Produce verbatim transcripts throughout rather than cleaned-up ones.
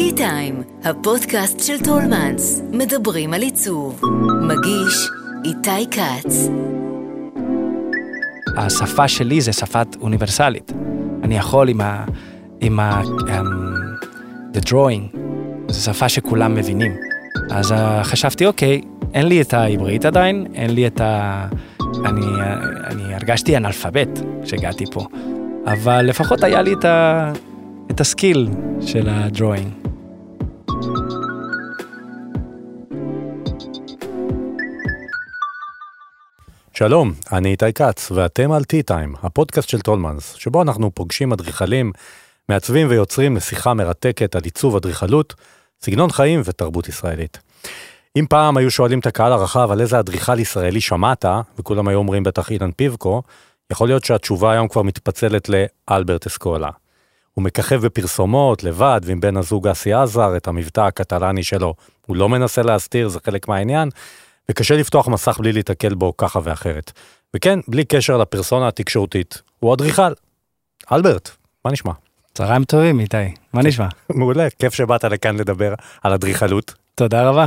טי טיים, הפודקאסט של טולמנס, מדברים על עיצוב. מגיש איתי קץ. השפה שלי זה שפת אוניברסלית. אני יכול עם ה... עם ה... Um, the drawing, זו שפה שכולם מבינים. אז uh, חשבתי, אוקיי, אין לי את העברית עדיין, אין לי את ה... אני, אני הרגשתי אנאלפבית כשהגעתי פה, אבל לפחות היה לי את ה... את הסקיל של הדרוינג. שלום, אני איתי קץ, ואתם על טי טיים, הפודקאסט של טולמנס, שבו אנחנו פוגשים אדריכלים, מעצבים ויוצרים לשיחה מרתקת על עיצוב אדריכלות, סגנון חיים ותרבות ישראלית. אם פעם היו שואלים את הקהל הרחב על איזה אדריכל ישראלי שמעת, וכולם היו אומרים בטח אילן פיבקו, יכול להיות שהתשובה היום כבר מתפצלת לאלברט אסקולה. הוא מככב בפרסומות, לבד, ועם בן הזוג אסי עזר, את המבטא הקטלני שלו. הוא לא מנסה להסתיר, זה חלק מהעניין, וקשה לפתוח מסך בלי להתקל בו ככה ואחרת. וכן, בלי קשר לפרסונה התקשורתית, הוא אדריכל. אלברט, מה נשמע? צהריים טובים, איתי. מה נשמע? מעולה, כיף שבאת לכאן לדבר על אדריכלות. תודה רבה.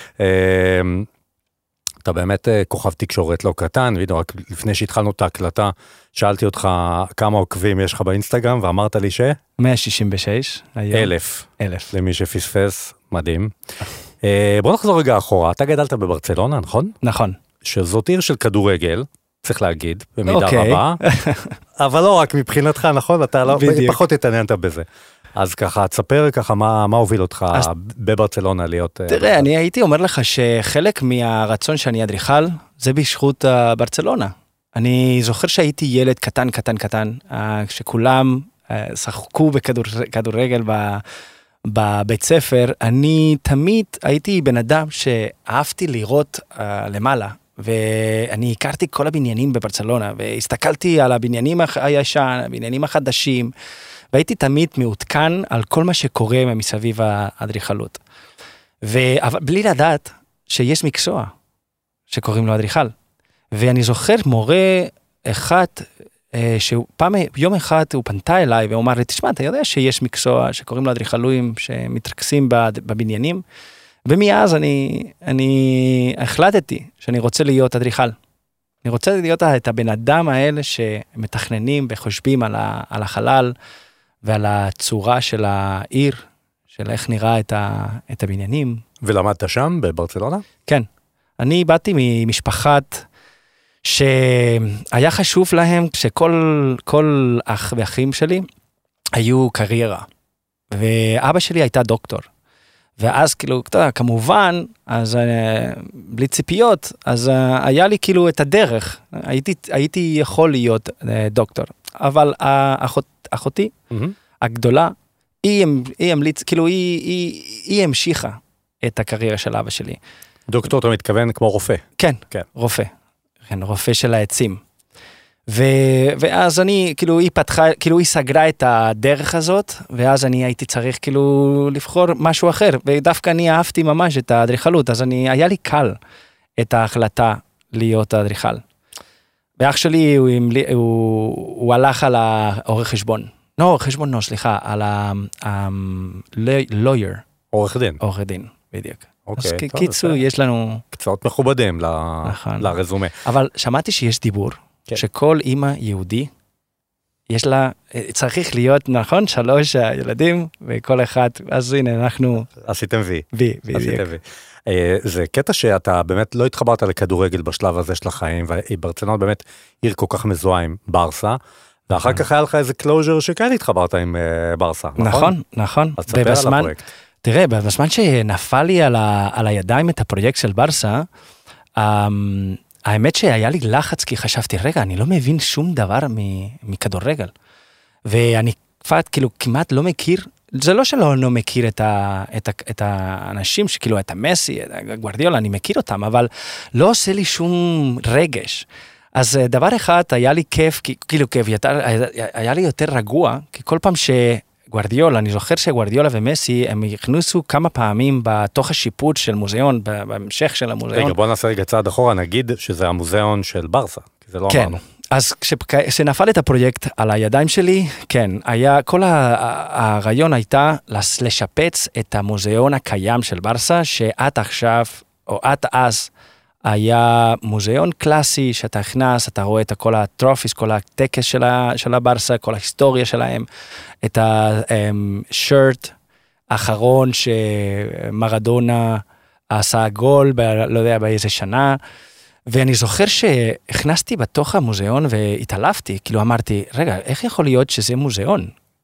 אתה באמת כוכב תקשורת לא קטן, וידעו, רק לפני שהתחלנו את ההקלטה, שאלתי אותך כמה עוקבים יש לך באינסטגרם, ואמרת לי ש... מאה שישים ושש. אלף. אלף. למי שפספס, מדהים. בוא נחזור רגע אחורה, אתה גדלת בברצלונה, נכון? נכון. שזאת עיר של כדורגל, צריך להגיד, במידה רבה, אבל לא רק מבחינתך, נכון? אתה פחות התעניינת בזה. אז ככה, תספר ככה מה, מה הוביל אותך בברצלונה להיות... תראה, אני הייתי אומר לך שחלק מהרצון שאני אדריכל, זה בזכות ברצלונה. אני זוכר שהייתי ילד קטן, קטן, קטן, כשכולם שחקו בכדורגל בבית ספר, אני תמיד הייתי בן אדם שאהבתי לראות למעלה, ואני הכרתי כל הבניינים בברצלונה, והסתכלתי על הבניינים הישן, הבניינים החדשים, והייתי תמיד מעודכן על כל מה שקורה מסביב האדריכלות. אבל בלי לדעת שיש מקצוע שקוראים לו אדריכל. ואני זוכר מורה אחד, שפעם, יום אחד הוא פנתה אליי ואומר לי, תשמע, אתה יודע שיש מקצוע שקוראים לו אדריכלויים שמתרכזים בבניינים? ומאז אני, אני החלטתי שאני רוצה להיות אדריכל. אני רוצה להיות את הבן אדם האלה שמתכננים וחושבים על, ה, על החלל, ועל הצורה של העיר, של איך נראה את, ה, את הבניינים. ולמדת שם, בברצלונה? כן. אני באתי ממשפחת שהיה חשוב להם שכל כל אח ואחים שלי היו קריירה. ואבא שלי הייתה דוקטור. ואז כאילו, כמובן, אז בלי ציפיות, אז היה לי כאילו את הדרך. הייתי, הייתי יכול להיות דוקטור. אבל האחות, אחותי, mm-hmm. הגדולה, היא, היא המליץ, כאילו היא, היא, היא המשיכה את הקריירה של אבא שלי. דוקטור, אתה מתכוון כמו רופא? כן, כן. רופא. כן, רופא של העצים. ו, ואז אני, כאילו היא פתחה, כאילו היא סגרה את הדרך הזאת, ואז אני הייתי צריך כאילו לבחור משהו אחר, ודווקא אני אהבתי ממש את האדריכלות, אז אני, היה לי קל את ההחלטה להיות האדריכל. ואח שלי, הוא, הוא, הוא הלך על העורך חשבון. לא, עורך חשבון, לא, סליחה, על ה-lawyer. עורך דין. עורך דין, בדיוק. אוקיי, אז קיצור, יש לנו... קצות מכובדים לרזומה. אבל שמעתי שיש דיבור, שכל אמא יהודי, יש לה, צריך להיות, נכון, שלוש ילדים, וכל אחד, אז הנה, אנחנו... עשיתם וי. וי, בדיוק. זה קטע שאתה באמת לא התחברת לכדורגל בשלב הזה של החיים, וברצלונה באמת עיר כל כך מזוהה עם ברסה, ואחר כך היה לך איזה קלוז'ר שכן התחברת עם ברסה, נכון? נכון, נכון. אז תספר על הפרויקט. תראה, בזמן שנפל לי על, ה, על הידיים את הפרויקט של ברסה, האמת שהיה לי לחץ, כי חשבתי, רגע, אני לא מבין שום דבר מכדורגל. ואני כפת, כאילו, כמעט לא מכיר, זה לא שלא לא מכיר את, ה, את, ה, את האנשים, שכאילו, את המסי, את הגוארדיולה, אני מכיר אותם, אבל לא עושה לי שום רגש. אז דבר אחד, היה לי כיף, כאילו, כיף, היה לי יותר רגוע, כי כל פעם ש... גוארדיולה, אני זוכר שגוארדיולה ומסי, הם הכניסו כמה פעמים בתוך השיפוט של מוזיאון, בהמשך של המוזיאון. רגע, בוא נעשה רגע צעד אחורה, נגיד שזה המוזיאון של ברסה, כי זה לא כן, אמרנו. אז כשנפל את הפרויקט על הידיים שלי, כן, היה, כל הרעיון הייתה לשפץ את המוזיאון הקיים של ברסה, שעד עכשיו, או עד אז, היה מוזיאון קלאסי, שאתה הכנס, אתה רואה את כל הטרופיס, כל הטקס של, של הברסה, כל ההיסטוריה שלהם, את השירט האחרון שמרדונה עשה גול, ב, לא יודע באיזה שנה, ואני זוכר שהכנסתי בתוך המוזיאון והתעלפתי, כאילו אמרתי, רגע, איך יכול להיות שזה מוזיאון?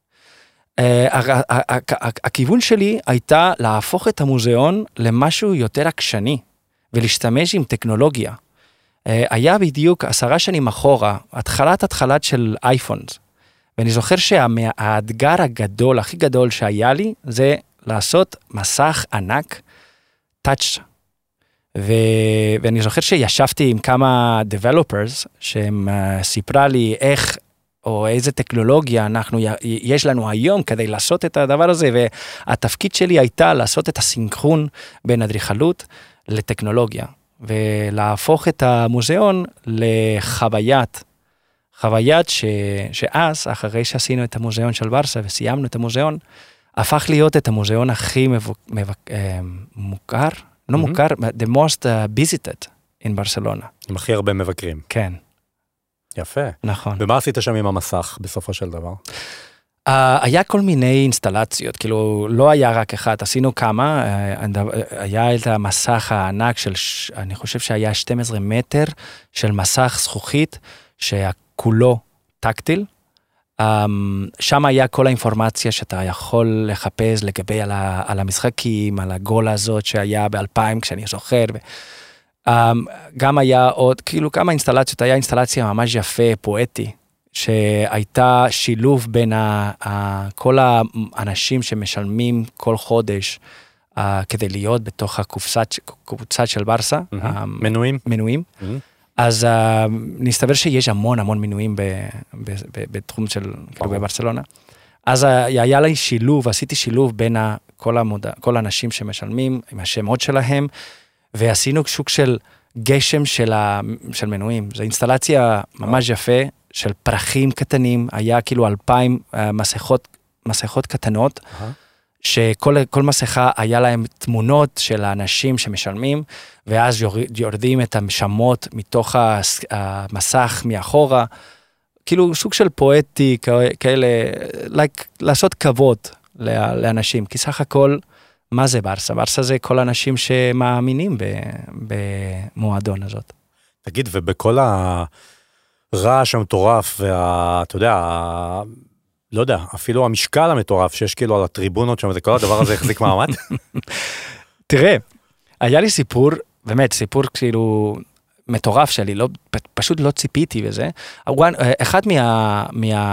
הכיוון שלי הייתה להפוך את המוזיאון למשהו יותר עקשני, ולהשתמש עם טכנולוגיה. היה בדיוק עשרה שנים אחורה, התחלת התחלת של אייפונס, ואני זוכר שהאתגר הגדול, הכי גדול שהיה לי, זה לעשות מסך ענק, טאץ'. ו... ואני זוכר שישבתי עם כמה developers, שהם uh, סיפרה לי איך, או איזה טכנולוגיה אנחנו, יש לנו היום כדי לעשות את הדבר הזה, והתפקיד שלי הייתה לעשות את הסינכרון בין אדריכלות לטכנולוגיה, ולהפוך את המוזיאון לחוויית, חוויית ש... שאז, אחרי שעשינו את המוזיאון של ברסה וסיימנו את המוזיאון, הפך להיות את המוזיאון הכי מבוק... מבוק... מוכר, לא מוכר, the most visited in ברסלונה. עם הכי הרבה מבקרים. כן. יפה. נכון. ומה עשית שם עם המסך בסופו של דבר? Uh, היה כל מיני אינסטלציות, כאילו לא היה רק אחד, עשינו כמה, uh, היה את המסך הענק של, אני חושב שהיה שנים עשר מטר של מסך זכוכית, שכולו טקטיל, um, שם היה כל האינפורמציה שאתה יכול לחפש לגבי על, ה, על המשחקים, על הגול הזאת שהיה ב-אלפיים כשאני זוכר, ו, um, גם היה עוד, כאילו כמה אינסטלציות, היה אינסטלציה ממש יפה, פואטי, שהייתה שילוב בין ה, ה, כל האנשים שמשלמים כל חודש uh, כדי להיות בתוך הקבוצה של ברסה. Mm-hmm. Uh, מנויים. מנויים. Mm-hmm. אז uh, נסתבר שיש המון המון מנויים ב, ב, ב, בתחום של כאילו בברסלונה. אז uh, היה לי שילוב, עשיתי שילוב בין ה, כל, המודע, כל האנשים שמשלמים עם השמות שלהם, ועשינו שוק של גשם של, ה, של מנויים. זו אינסטלציה ממש יפה, של פרחים קטנים, היה כאילו אלפיים uh, מסכות, מסכות קטנות, uh-huh. שכל כל מסכה היה להם תמונות של האנשים שמשלמים, ואז יורד, יורדים את המשמות מתוך המסך מאחורה, כאילו סוג של פואטי, כאלה, like, לעשות כבוד לאנשים, כי סך הכל, מה זה ברסה? ברסה זה כל האנשים שמאמינים במועדון הזאת. תגיד, ובכל ה... רעש המטורף, ואתה יודע, לא יודע, אפילו המשקל המטורף שיש כאילו על הטריבונות שם, זה כל הדבר הזה החזיק מעמד? תראה, היה לי סיפור, באמת סיפור כאילו מטורף שלי, לא, פשוט לא ציפיתי וזה. אחד מה,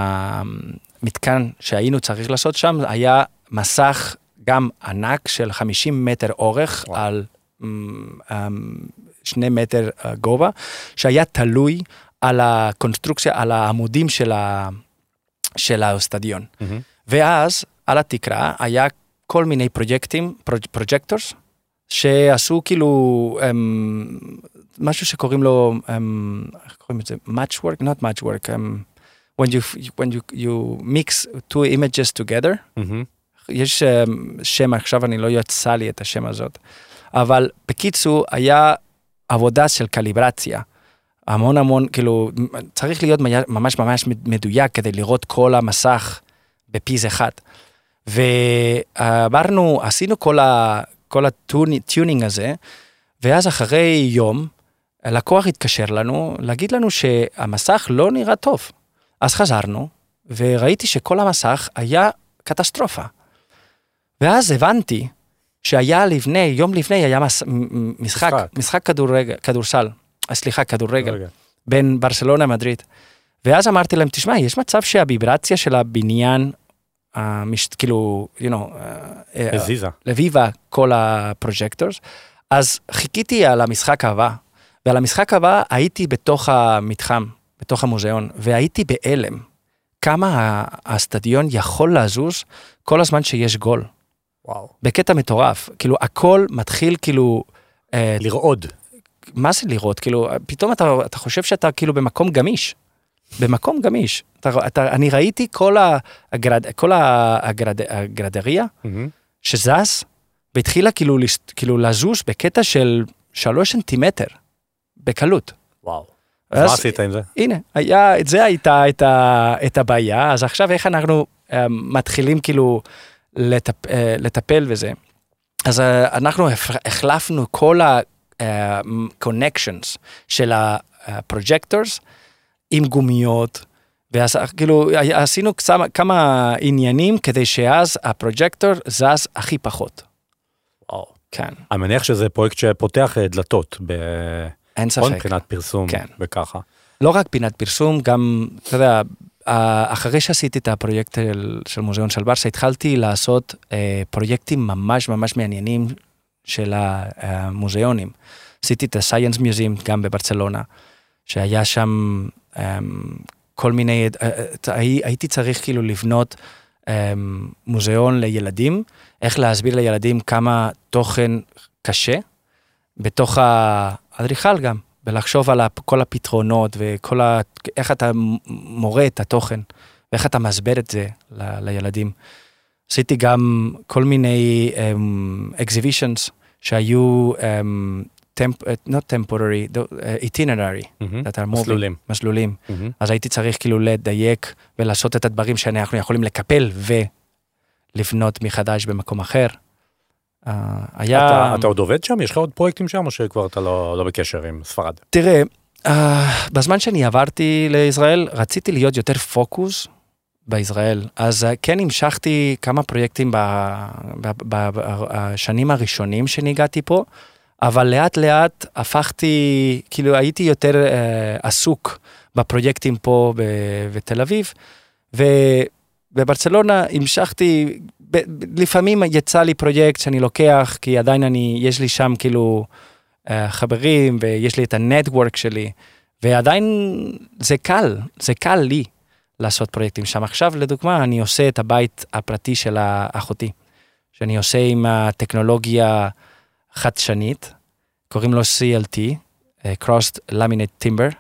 מהמתקן שהיינו צריך לעשות שם, היה מסך גם ענק של חמישים מטר אורך, וואו. על שני מטר גובה, שהיה תלוי על הקונסטרוקציה, על העמודים של, ה... של האוסטדיון. Mm-hmm. ואז, על התקרה, היה כל מיני פרויקטים, פרוג'קטורס, שעשו כאילו, um, משהו שקוראים לו, um, איך קוראים את זה? Match work? Not match work. Um, when you, when you, you mix two images together, mm-hmm. יש um, שם, עכשיו אני לא יוצא לי את השם הזאת, אבל בקיצור, היה עבודה של קליברציה, המון המון, כאילו, צריך להיות ממש ממש מדויק כדי לראות כל המסך בפיס אחד. ועברנו, עשינו כל, ה, כל הטיונינג הזה, ואז אחרי יום, לקוח התקשר לנו, להגיד לנו שהמסך לא נראה טוב. אז חזרנו, וראיתי שכל המסך היה קטסטרופה. ואז הבנתי שהיה לפני, יום לפני היה מס, משחק, משחק כדורגל, כדורסל. סליחה, כדורגל, בין ברסלונה ומדריד. ואז אמרתי להם, תשמע, יש מצב שהביברציה של הבניין, כאילו, you know, הזיזה. לביבה כל הפרוג'קטורס, אז חיכיתי על המשחק הבא, ועל המשחק הבא הייתי בתוך המתחם, בתוך המוזיאון, והייתי באלם, כמה הסטדיון יכול לזוז כל הזמן שיש גול. וואו. בקטע מטורף, כאילו, הכל מתחיל כאילו... לרעוד. מה זה לראות? כאילו, פתאום אתה, אתה חושב שאתה כאילו במקום גמיש. במקום גמיש. אתה, אתה, אני ראיתי כל, הגרד, כל הגרד, הגרדריה mm-hmm. שזז, והתחילה כאילו, כאילו לזוז בקטע של שלוש סנטימטר, בקלות. וואו. אז מה עשית עם זה? הנה, היה, את זה הייתה את, ה, את הבעיה, אז עכשיו איך אנחנו uh, מתחילים כאילו לטפ, uh, לטפל בזה. אז uh, אנחנו החלפנו כל ה-connections uh, של ה-projectors עם גומיות, ואז כאילו עשינו כמה, כמה עניינים כדי שאז הפרוג'קטור זז הכי פחות. וואו. כן. אני מניח שזה פרויקט שפותח דלתות. ב... אין ספק. פינת פרסום כן. וככה. לא רק פינת פרסום, גם, אתה יודע, אחרי שעשיתי את הפרויקט של מוזיאון של ברסה, התחלתי לעשות אה, פרויקטים ממש ממש מעניינים של המוזיאונים. עשיתי את ה-Science Museum גם בברצלונה, שהיה שם אה, כל מיני, אה, אה, הייתי צריך כאילו לבנות אה, מוזיאון לילדים, איך להסביר לילדים כמה תוכן קשה, בתוך האדריכל גם, ולחשוב על כל הפתרונות, וכל ה... איך אתה מורה את התוכן, ואיך אתה מסבר את זה ל... לילדים. עשיתי גם כל מיני um, exhibitions, שהיו, um, temp... not temporary, uh, itinerary, mm-hmm. מסלולים. מסלולים. Mm-hmm. אז הייתי צריך כאילו לדייק, ולעשות את הדברים שאנחנו יכולים לקפל, ולבנות מחדש במקום אחר. Uh, היה... אתה, אתה עוד עובד שם? יש לך עוד פרויקטים שם, או שכבר אתה לא, לא בקשר עם ספרד? תראה, uh, בזמן שאני עברתי לישראל, רציתי להיות יותר פוקוס בישראל, אז uh, כן המשכתי כמה פרויקטים בשנים הראשונים שניגעתי פה, אבל לאט לאט הפכתי, כאילו הייתי יותר uh, עסוק בפרויקטים פה בתל אביב, ובברצלונה המשכתי... לפעמים יצא לי פרויקט שאני לוקח, כי עדיין אני, יש לי שם כאילו חברים, ויש לי את הנטוורק שלי, ועדיין זה קל, זה קל לי לעשות פרויקטים שם. עכשיו, לדוגמה, אני עושה את הבית הפרטי של האחותי, שאני עושה עם הטכנולוגיה חדשנית, קוראים לו סי אל טי, Crossed Laminate Timber,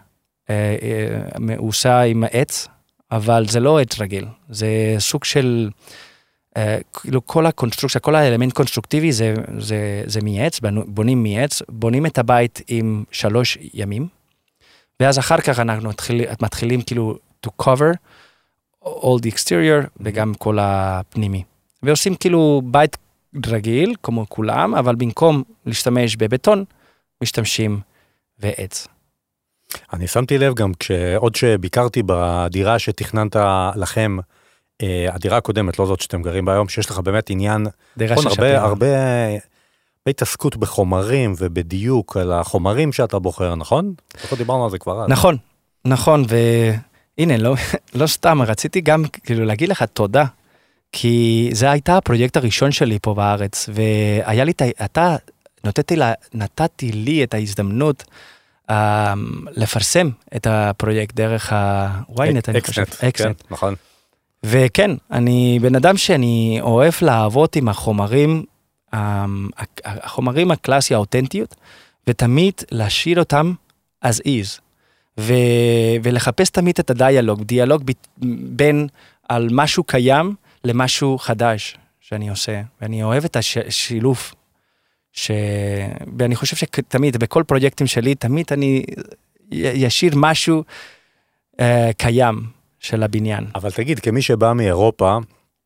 הוא עושה עם העץ, אבל זה לא עץ רגיל, זה סוג של... כאילו כל הקונסטרוקציה, כל האלמנט קונסטרוקטיבי זה, זה, זה מעץ, בונים מעץ, בונים את הבית עם שלוש ימים, ואז אחר כך אנחנו מתחילים, מתחילים כאילו to cover all the exterior וגם כל הפנימי. ועושים כאילו בית רגיל, כמו כולם, אבל במקום להשתמש בבטון, משתמשים בעץ. אני שמתי לב גם כשעוד שביקרתי בדירה שתכננת לכם, הדירה הקודמת, לא זאת שאתם גרים בה היום, שיש לך באמת עניין, הרבה, הרבה התעסקות בחומרים ובדיוק על החומרים שאתה בוחר, נכון? אנחנו דיברנו על זה כבר אז. נכון, נכון, והנה, לא, לא סתם, רציתי גם כאילו להגיד לך תודה, כי זה הייתה הפרויקט הראשון שלי פה בארץ, והיה לי, אתה, נתתי, לה, נתתי לי את ההזדמנות, uh, לפרסם את הפרויקט דרך ה-Ynet, אני חושב. אקסנט, נכון. וכן, אני בן אדם שאני אוהב לעבוד עם החומרים, החומרים הקלאסי, האותנטיות, ותמיד להשאיר אותם as is, ו, ולחפש תמיד את הדיאלוג, דיאלוג ב, בין על משהו קיים למשהו חדש שאני עושה, ואני אוהב את השילוב, ש... ואני חושב שתמיד, בכל פרויקטים שלי, תמיד אני ישאיר משהו uh, קיים, של הבניין. אבל תגיד, כמי שבא מאירופה,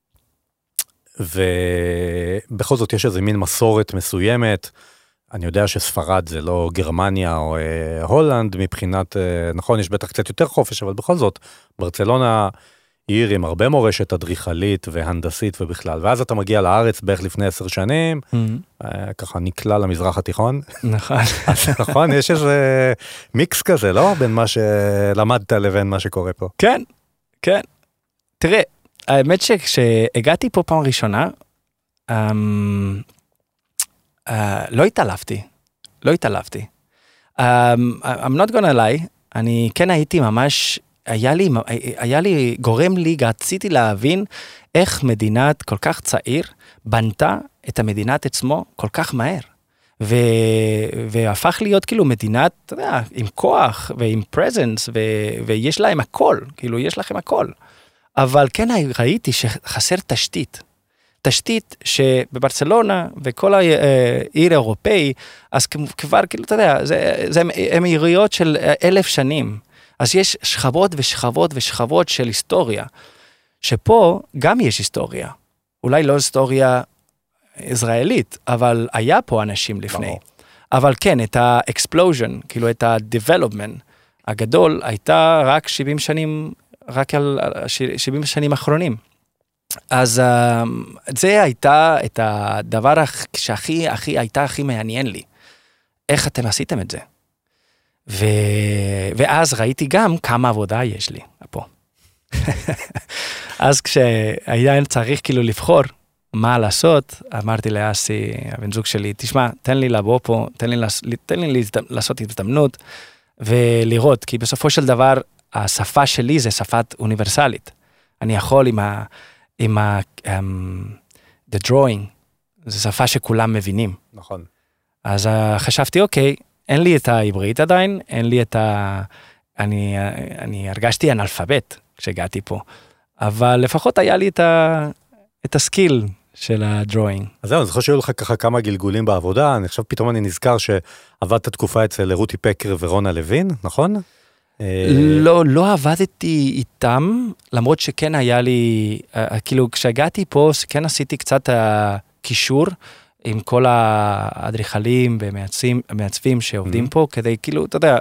ובכל זאת יש איזה מין מסורת מסוימת, אני יודע שספרד זה לא גרמניה או אה, הולנד, מבחינת, אה, נכון, יש בטח קצת יותר חופש, אבל בכל זאת, ברצלונה עיר עם הרבה מורשת אדריכלית והנדסית ובכלל, ואז אתה מגיע לארץ בערך לפני עשר שנים, mm-hmm. אה, ככה נקלע למזרח התיכון. נכון. נכון, יש איזה מיקס כזה, לא? בין מה שלמדת לבין מה שקורה פה. כן. כן, תראה, האמת שכשהגעתי פה פעם ראשונה, um, uh, לא התעלפתי, לא התעלפתי. Um, I'm not gonna lie, אני כן הייתי ממש, היה לי, היה לי, גורם לי, רציתי להבין איך מדינת כל כך צעיר, בנתה את המדינת עצמו כל כך מהר. ו... והפך להיות כאילו מדינת, אתה יודע, עם כוח ועם פרזנס, ו... ויש להם הכל, כאילו יש לכם הכל. אבל כן ראיתי שחסר תשתית. תשתית שבברצלונה וכל העיר האירופאי, אז כבר כאילו, אתה יודע, זה, זה, הם עיריות של אלף שנים. אז יש שכבות ושכבות ושכבות של היסטוריה, שפה גם יש היסטוריה. אולי לא היסטוריה ישראלית, אבל היה פה אנשים לפני. ברור. אבל כן, את ה-explosion, כאילו את ה-development הגדול, הייתה רק שבעים שנים, רק על שבעים שנים האחרונים. אז זה הייתה את הדבר שהכי, הכי, הייתה הכי מעניין לי. איך אתם עשיתם את זה? ו... ואז ראיתי גם כמה עבודה יש לי פה. אז כשהיה צריך כאילו לבחור מה לעשות, אמרתי לאסי, הבן זוג שלי, תשמע, תן לי לבוא פה, תן לי, תן לי לעשות הזדמנות ולראות, כי בסופו של דבר, השפה שלי זה שפה אוניברסלית. אני יכול עם ה... עם ה... Um, the drawing, זו שפה שכולם מבינים. נכון. אז uh, חשבתי, אוקיי, אין לי את העברית עדיין, אין לי את ה... אני, אני הרגשתי אנאלפבית כשהגעתי פה, אבל לפחות היה לי את, ה... את הסקיל של הדרוינג. אז זהו, אני זוכר שהיו לך ככה כמה גלגולים בעבודה, אני חושב פתאום אני נזכר שעבדת תקופה אצל רותי פקר ורונה לוין, נכון? לא, לא עבדתי איתם, למרות שכן היה לי, כאילו כשהגעתי פה, כן עשיתי קצת קישור עם כל האדריכלים ומעצבים שעובדים פה, כדי כאילו, אתה יודע,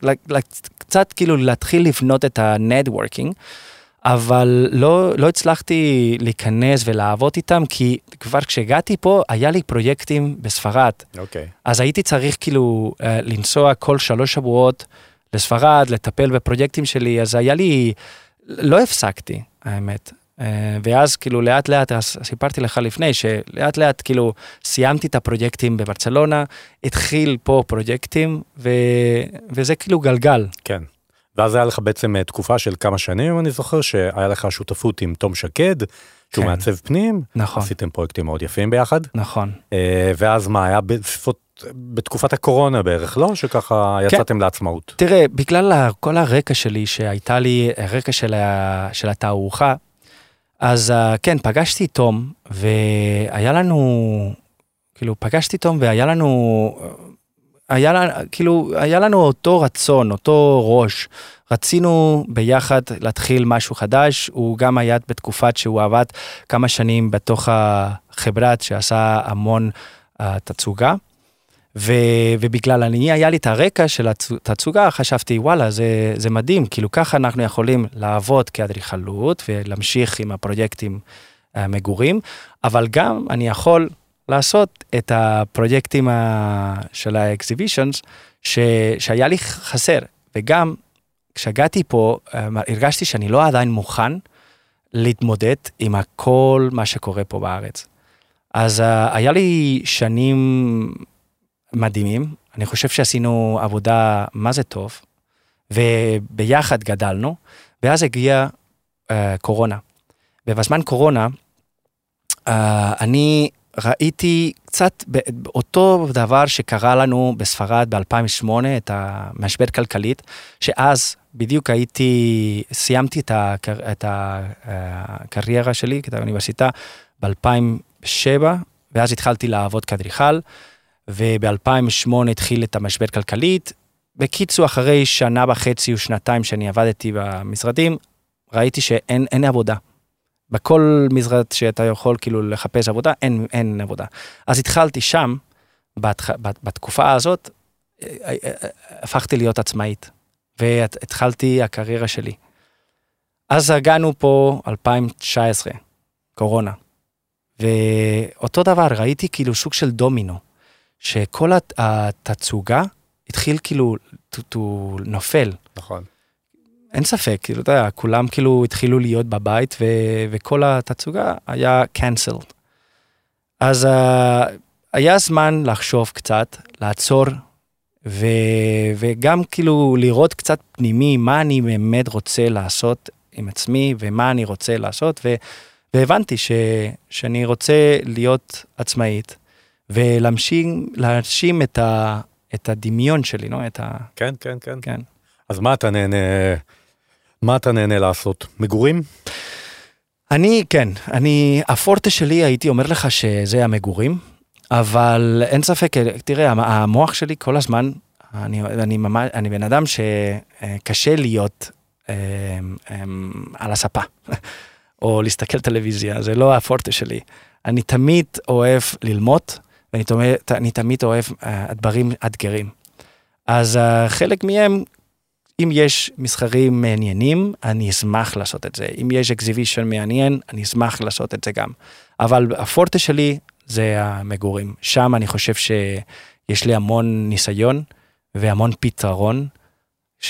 קצת כאילו להתחיל לבנות את הנטוורקינג, אבל לא, לא הצלחתי להיכנס ולעבוד איתם, כי כבר כשהגעתי פה, היה לי פרויקטים בספרד. אוקיי. אז הייתי צריך כאילו לנסוע כל שלוש שבועות, לספרד, לטפל בפרויקטים שלי, אז היה לי, לא הפסקתי, האמת. ואז כאילו לאט לאט, סיפרתי לך לפני, שלאט לאט כאילו סיימתי את הפרויקטים בברצלונה, התחיל פה פרויקטים, ו... וזה כאילו גלגל. כן. ואז היה לך בעצם תקופה של כמה שנים, אני זוכר שהיה לך שותפות עם תום שקד, שהוא כן. מעצב פנים. נכון. עשיתם פרויקטים מאוד יפים ביחד. נכון. ואז מה, היה בספות, בתקופת הקורונה בערך, לא? שככה יצאתם כן. לעצמאות. תראה, בגלל כל הרקע שלי, שהייתה לי רקע של, ה, של התערוכה, אז כן, פגשתי תום, והיה לנו, כאילו, פגשתי תום, והיה לנו, היה לנו, כאילו, היה לנו אותו רצון, אותו ראש. רצינו ביחד להתחיל משהו חדש, הוא גם היה בתקופת שהוא עבד כמה שנים בתוך החברת, שעשה המון uh, תצוגה, ו, ובגלל אני, היה לי את הרקע של התצוגה, חשבתי, וואלה, זה, זה מדהים, כאילו ככה אנחנו יכולים לעבוד כאדריכלות, ולהמשיך עם הפרויקטים uh, מגורים, אבל גם אני יכול לעשות את הפרויקטים uh, של ה-exhibitions, ש, שהיה לי חסר, וגם כשהגעתי פה, uh, הרגשתי שאני לא עדיין מוכן להתמודד עם כל מה שקורה פה בארץ. אז uh, היה לי שנים מדהימים, אני חושב שעשינו עבודה מה זה טוב, וביחד גדלנו, ואז הגיע uh, קורונה. ובזמן קורונה, uh, אני ראיתי קצת באותו דבר שקרה לנו בספרד ב-אלפיים ושמונה, את המשבר כלכלית, שאז בדיוק הייתי, סיימתי את, הקר, את הקריירה שלי, את האוניברסיטה, ב-אלפיים ושבע, ואז התחלתי לעבוד כאדריכל, וב-אלפיים ושמונה התחיל את המשבר כלכלית. בקיצור, אחרי שנה וחצי או שנתיים שאני עבדתי במשרדים, ראיתי שאין אין עבודה. בכל משרד שאתה יכול כאילו לחפש עבודה, אין, אין עבודה. אז התחלתי שם, בת, בת, בתקופה הזאת, הפכתי להיות עצמאית, והתחלתי הקריירה שלי. אז הגענו פה אלפיים תשע עשרה, קורונה, ואותו דבר, ראיתי כאילו שוק של דומינו, שכל התצוגה התחיל כאילו נופל. נכון. אין ספק, כאילו, אתה יודע, כולם כאילו התחילו להיות בבית, ו- וכל התצוגה היה cancelled. אז uh, היה זמן לחשוב קצת, לעצור, ו- וגם כאילו לראות קצת פנימי, מה אני באמת רוצה לעשות עם עצמי, ומה אני רוצה לעשות, ו- והבנתי ש- שאני רוצה להיות עצמאית, ולהמשים, להשים את ה, את הדמיון שלי, לא? את ה... כן, כן, כן. כן. אז מה אתה נהנה, מה אתה נהנה לעשות? מגורים? אני, כן, אני, הפורטה שלי, הייתי אומר לך שזה המגורים, אבל אין ספק, תראה, המוח שלי כל הזמן, אני, אני, ממש, אני בן אדם שקשה להיות אה, אה, על הספה, או להסתכל טלוויזיה, זה לא הפורטה שלי. אני תמיד אוהב ללמוד, ואני תמיד, אני תמיד אוהב אה, דברים אתגרים. אז אה, חלק מהם, אם יש מסחרים מעניינים, אני אשמח לעשות את זה. אם יש אקזיבישן מעניין, אני אשמח לעשות את זה גם. אבל הפורטה שלי זה המגורים. שם אני חושב שיש לי המון ניסיון והמון פתרון, ש...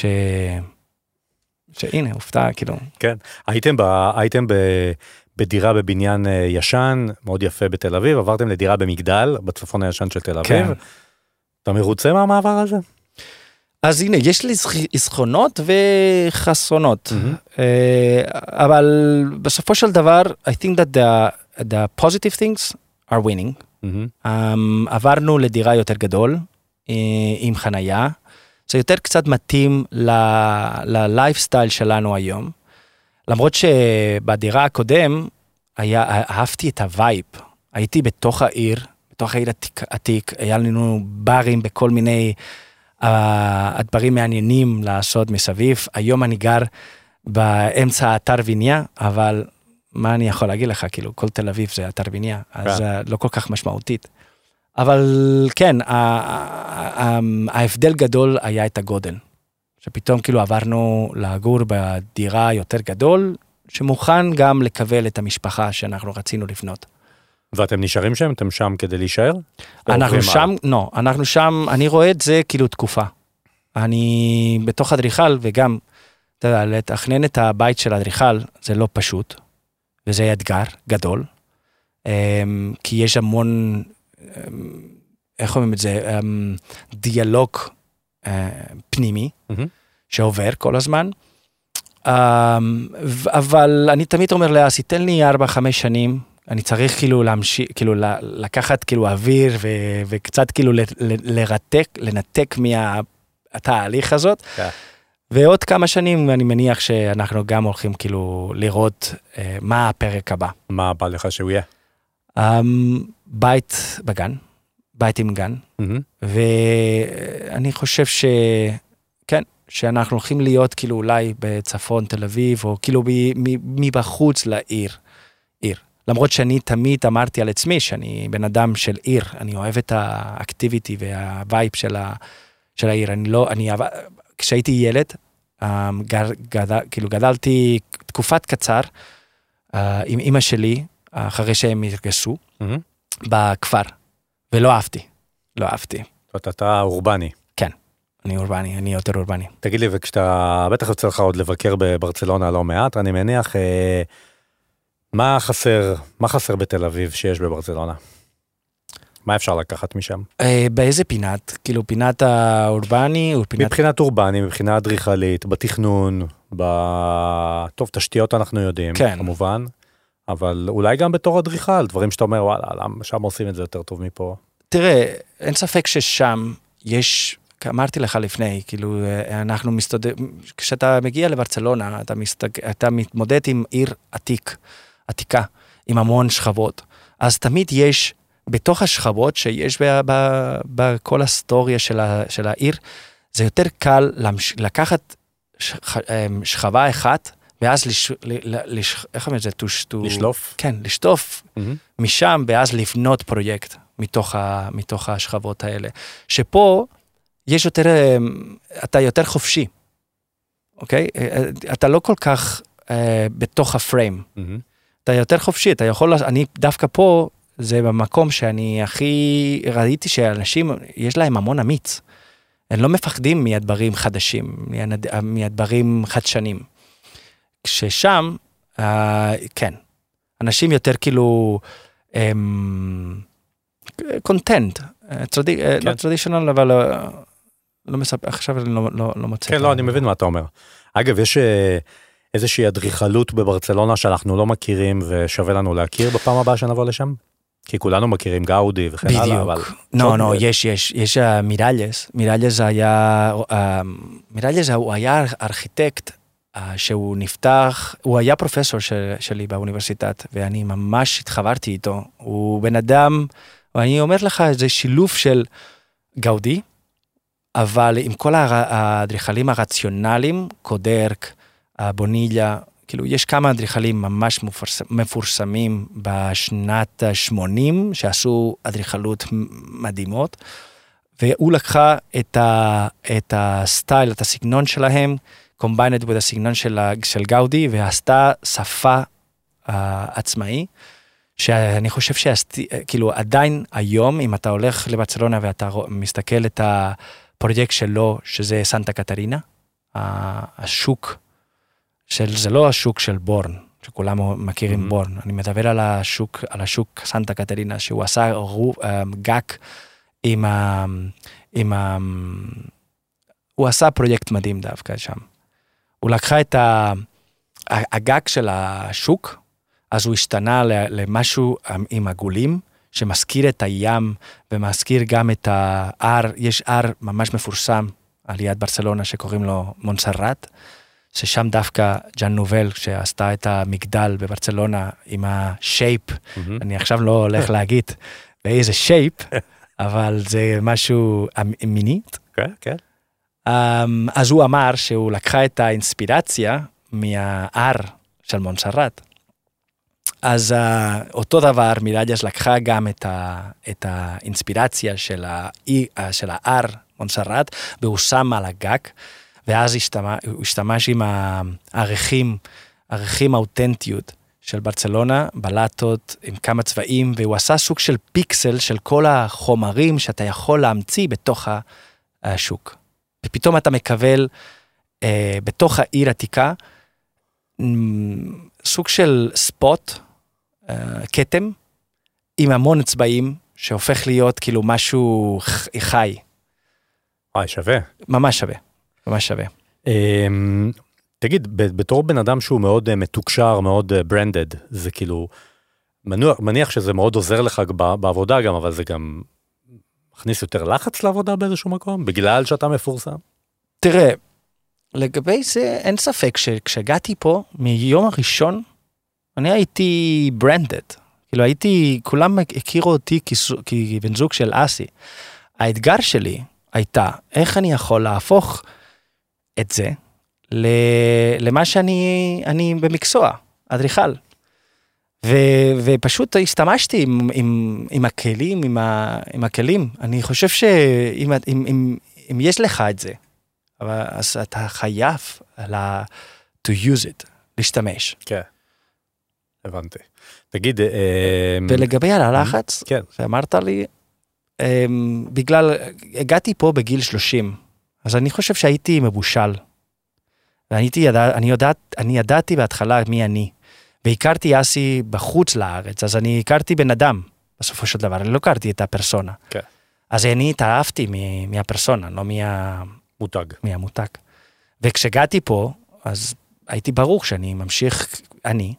שהנה, הופתע, כאילו. כן, הייתם, ב... הייתם ב... בדירה בבניין ישן, מאוד יפה בתל אביב, עברתם לדירה במגדל, בצפון הישן של תל אביב. כן. אתה מרוצה מהמעבר הזה? אז הנה, יש לי זכרונות וחסרונות, mm-hmm. אבל בסופו של דבר, I think that the, the positive things are winning. Mm-hmm. Um, עברנו לדירה יותר גדול, עם חנייה, זה יותר קצת מתאים ללייפסטייל שלנו היום, למרות שבדירה הקודם, היה, אהבתי את הווייב, הייתי בתוך העיר, בתוך העיר עתיק, עתיק, היה לנו ברים בכל מיני, הדברים מעניינים לעשות מסביב. היום אני גר באמצע אתר בנייה, אבל מה אני יכול להגיד לך? כאילו, כל תל אביב זה אתר בנייה, אז לא כל כך משמעותית. אבל כן, ההבדל גדול היה את הגודל. שפתאום כאילו עברנו לגור בדירה יותר גדול, שמוכן גם לקבל את המשפחה שאנחנו רצינו לבנות. ואתם נשארים שם? אתם שם כדי להישאר? אנחנו שם, לא, אנחנו שם, אני רואה את זה כאילו תקופה. אני בתוך אדריכל, וגם, אתה יודע, לתכנן את הבית של אדריכל, זה לא פשוט, וזה אתגר גדול, כי יש המון, איך אומרים את זה, דיאלוג פנימי, שעובר כל הזמן, אבל אני תמיד אומר לה, תן לי ארבע, חמש שנים, אני צריך כאילו להמשיך, כאילו לקחת כאילו אוויר ו, וקצת כאילו ל, ל, לרתק, לנתק מהתהליך הזאת. Yeah. ועוד כמה שנים אני מניח שאנחנו גם הולכים כאילו לראות אה, מה הפרק הבא. מה בא לך שהוא יהיה? Um, בית בגן, בית עם גן. Mm-hmm. ואני חושב שכן, שאנחנו הולכים להיות כאילו אולי בצפון תל אביב, או כאילו מבחוץ לעיר, עיר. למרות שאני תמיד אמרתי על עצמי שאני בן אדם של עיר, אני אוהב את האקטיביטי והווייב של, ה, של העיר. אני לא, אני, כשהייתי ילד, גד, גד, כאילו גדלתי תקופת קצר עם אמא שלי, אחרי שהם התגשו, mm-hmm. בכפר, ולא אהבתי, לא אהבתי. זאת אתה אורבני. כן, אני אורבני, אני יותר אורבני. תגיד לי, וכשאתה, בטח יוצא לך עוד לבקר בברצלונה לא מעט, אני מניח... מה חסר, מה חסר בתל אביב שיש בברצלונה? מה אפשר לקחת משם? באיזה פינת? כאילו פינת האורבני? מבחינת אורבני, מבחינה אדריכלית, בתכנון, ב... טוב, תשתיות אנחנו יודעים, כמובן, אבל אולי גם בתור אדריכל, דברים שאתה אומר, וואלה, שם עושים את זה יותר טוב מפה. תראה, אין ספק ששם יש, אמרתי לך לפני, כאילו, אנחנו מסתובבים, כשאתה מגיע לברצלונה, אתה, מסתג... אתה מתמודד עם עיר עתיק, עתיקה, עם המון שכבות. אז תמיד יש, בתוך השכבות שיש בכל הסטוריה של, ה, של העיר, זה יותר קל למש, לקחת שכ, שכבה אחת, ואז לש, לש, איך אומרים את זה? לשלוף? כן, לשטוף mm-hmm. משם, ואז לבנות פרויקט מתוך, ה, מתוך השכבות האלה. שפה יש יותר, אתה יותר חופשי, אוקיי? אתה לא כל כך בתוך הפריים. Mm-hmm. אתה יותר חופשי, אתה יכול, אני דווקא פה, זה במקום שאני הכי ראיתי שאנשים, יש להם המון אמיץ. הם לא מפחדים מהדברים חדשים, מהדברים חדשנים. כששם, כן, אנשים יותר כאילו, קונטנט, לא טרדישיונל, אבל לא מספר, עכשיו אני לא מוצא. כן, לא, אני מבין מה אתה אומר. אגב, יש... איזושהי אדריכלות בברצלונה שאנחנו לא מכירים ושווה לנו להכיר בפעם הבאה שנבוא לשם? כי כולנו מכירים גאודי וכן הלאה, אבל... בדיוק. לא, לא, יש, יש, יש מירלס. מירלס היה, מירלס הוא היה ארכיטקט שהוא נפתח, הוא היה פרופסור שלי באוניברסיטת, ואני ממש התחברתי איתו. הוא בן אדם, ואני אומר לך, זה שילוב של גאודי, אבל עם כל האדריכלים הרציונליים, קודרק, בוניליה, כאילו יש כמה אדריכלים ממש מפורסמים בשנת ה-שמונים, שעשו אדריכלות מדהימות, והוא לקחה את, ה, את הסטייל, את הסגנון שלהם, combined with הסגנון של, של גאודי, ועשתה שפה uh, עצמאי, שאני חושב שכאילו עדיין היום, אם אתה הולך לברצלונה ואתה מסתכל את הפרויקט שלו, שזה סנטה קטרינה, השוק, של, זה לא השוק של בורן, שכולם מכירים mm-hmm. בורן, אני מדבר על השוק, על השוק סנטה קטרינה, שהוא עשה um, גג עם ה... עם ה... הוא עשה פרויקט מדהים דווקא שם. הוא לקחה את ה... הגג של השוק, אז הוא השתנה למשהו עם עגולים, שמזכיר את הים, ומזכיר גם את ההר, יש הר ממש מפורסם, על יד ברצלונה, שקוראים לו מונסרט, ששם דווקא ג'אן נובל, שעשתה את המגדל בברצלונה, עם השייפ, mm-hmm. אני עכשיו לא הולך להגיד באיזה שייפ, אבל זה משהו מינית. כן, כן. אז הוא אמר שהוא לקחה את האינספירציה מההר של מונסרט. אז uh, אותו דבר, מירלס לקחה גם את, ה, את האינספירציה של, ה, של ההר מונסרט, והוא שם על הגג, ואז השתמש, הוא השתמש עם הערכים, ערכים האותנטיות של ברצלונה, בלטות עם כמה צבעים, והוא עשה סוג של פיקסל של כל החומרים שאתה יכול להמציא בתוך השוק. ופתאום אתה מקבל אה, בתוך העיר עתיקה, סוג של ספוט, קטם, עם המון צבעים, שהופך להיות כאילו משהו חי. אה, שווה. ממש שווה, ממש שווה. תגיד, בתור בן אדם שהוא מאוד מתוקשר, מאוד ברנדד, זה כאילו, מניח שזה מאוד עוזר לך בעבודה גם, אבל זה גם מכניס יותר לחץ לעבודה באיזשהו מקום, בגלל שאתה מפורסם? תראה, לגבי זה אין ספק שכשהגעתי פה, מיום הראשון, אני הייתי ברנדד, כאילו הייתי, כולם הכירו אותי כבן זוג של אסי. האתגר שלי הייתה, איך אני יכול להפוך את זה למה שאני אני במקצוע, אדריכל. ו- ופשוט השתמשתי עם, עם, עם הכלים, עם, ה- עם הכלים. אני חושב שאם אם, אם, אם יש לך את זה, אז אתה חייב לה, to use it, להשתמש. כן. הבנתי. תגיד... ולגבי על הלחץ, כן. ואמרת לי, בגלל, הגעתי פה בגיל שלושים, אז אני חושב שהייתי מבושל. ואני ידע, אני יודעת, אני ידעתי בהתחלה מי אני. והכרתי אסי בחוץ לארץ, אז אני הכרתי בן אדם, בסופו של דבר, אני לא הכרתי את הפרסונה. כן. אז אני התאהבתי מהפרסונה, לא מה... מותג. מהמותג. וכשהגעתי פה, אז הייתי ברור שאני ממשיך, אני,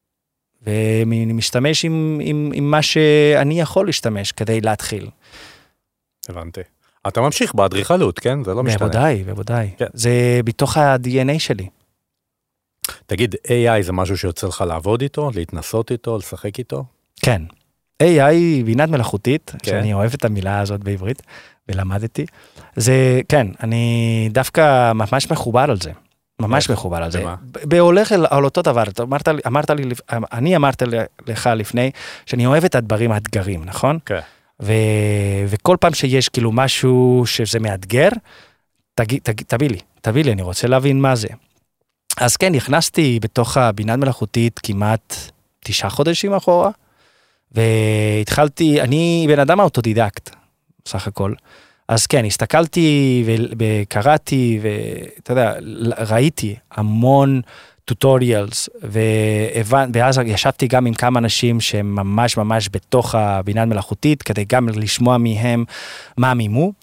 ואני משתמש עם, עם, עם מה שאני יכול להשתמש כדי להתחיל. הבנתי. אתה ממשיך באדריכלות, כן? זה לא משתנה. בוודאי, בוודאי. כן. זה בתוך ה-די אן איי שלי. תגיד, איי איי זה משהו שיוצא לך לעבוד איתו, להתנסות איתו, לשחק איתו? כן. איי איי, בינת מלאכותית, כן. שאני אוהב את המילה הזאת בעברית, ולמדתי. זה, כן, אני דווקא ממש מחובר על זה. ממש מחובר על זה. בהולך על אותו דבר, אמרת, אמרת לי, אני אמרתי לך לפני, שאני אוהב את הדברים האתגרים, נכון? כן. ו, וכל פעם שיש כאילו משהו שזה מאתגר, תג, תג, תביא לי, תביא לי, אני רוצה להבין מה זה. אז כן, נכנסתי בתוך הבינת מלאכותית כמעט תשעה חודשים אחורה, והתחלתי, אני בן אדם אוטודידקט, סך הכל. אז כן, הסתכלתי וקראתי, ואתה יודע, ראיתי המון טוטוריאלס, ואז ישבתי גם עם כמה אנשים שהם ממש ממש בתוך הבינת מלאכותית, כדי גם לשמוע מהם מה מימו.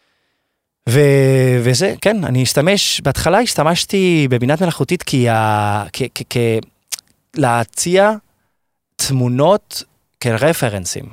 ו- וזה, כן, אני אשתמש, בהתחלה השתמשתי בבינת מלאכותית כי ה- כ- כ- כ- להציע תמונות כרפרנסים,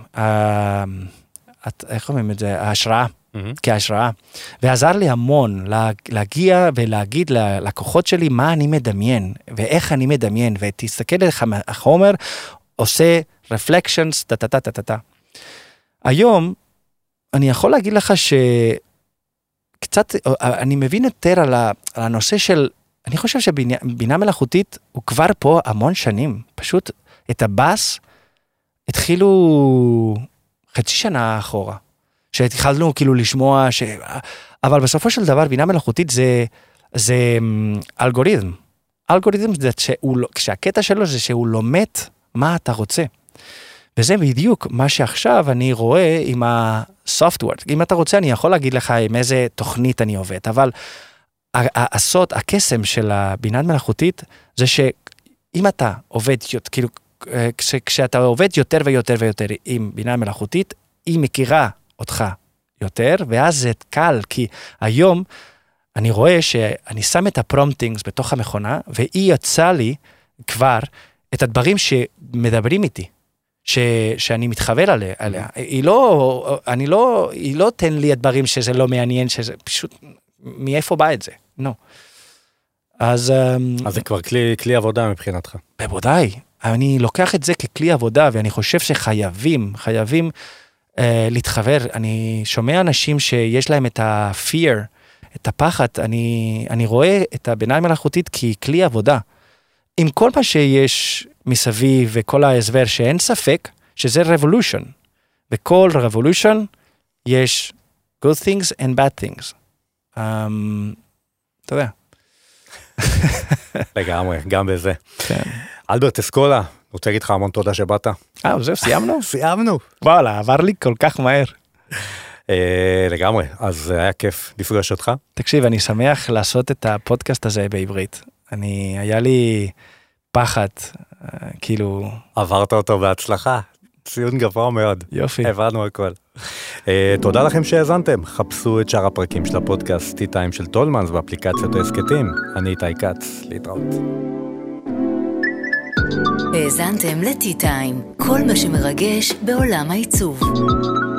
איך אומרים את זה? ההשראה, כהשראה, ועזר לי המון להגיע ולהגיד ללקוחות שלי מה אני מדמיין, ואיך אני מדמיין, ותסתכל לך החומר, עושה reflections, טה-טה-טה-טה-טה. היום, אני יכול להגיד לך שקצת, אני מבין יותר על הנושא של, אני חושב שבינה מלאכותית הוא כבר פה המון שנים, פשוט את הבאס התחילו חצי שנה אחורה, שהתחלנו כאילו לשמוע, ש... אבל בסופו של דבר בינה מלאכותית זה, זה אלגוריתם, אלגוריתם זה שהוא, כשהקטע שלו זה שהוא לומד מה אתה רוצה. וזה בדיוק מה שעכשיו אני רואה עם ה-software. אם אתה רוצה, אני יכול להגיד לך עם איזה תוכנית אני עובד, אבל הסוד, הקסם של הבינה מלאכותית, זה שאם אתה עובד, כאילו, כש, כשאתה עובד יותר ויותר ויותר עם בינה מלאכותית, היא מכירה אותך יותר, ואז זה קל, כי היום אני רואה שאני שם את הפרומפטינגס בתוך המכונה, והיא יצא לי כבר את הדברים שמדברים איתי. ש, שאני מתחבר עליה, עליה. היא לא, אני לא, היא לא תן לי דברים שזה לא מעניין, שזה פשוט, מאיפה בא את זה? לא. אז... אז זה כבר כלי, כלי עבודה מבחינתך. בוודאי. אני לוקח את זה ככלי עבודה, ואני חושב שחייבים, חייבים אה, להתחבר. אני שומע אנשים שיש להם את ה-fear, את הפחד, אני, אני רואה את הבינה מלאכותית ככלי עבודה. עם כל מה שיש מסביב וכל ההסבר שאין ספק שזה revolution. בכל revolution יש good things and bad things. Um, אתה יודע. לגמרי, גם בזה. כן. אלברט אסקולה, רוצה להגיד לך המון תודה שבאת. אה, זהו, סיימנו? סיימנו. וואלה, עבר לי כל כך מהר. לגמרי, אז היה כיף לפגוש אותך. תקשיב, אני שמח לעשות את הפודקאסט הזה בעברית. אני, היה לי פחד, כאילו... עברת אותו בהצלחה, ציון גבוה מאוד. יופי. הבנו הכל. תודה לכם שהאזנתם, חפשו את שאר הפרקים של הפודקאסט טי-טיים של טולמנס באפליקציות ההסקטים. אני איתי כץ, להתראות. האזנתם לטי-טיים, כל מה שמרגש בעולם העיצוב.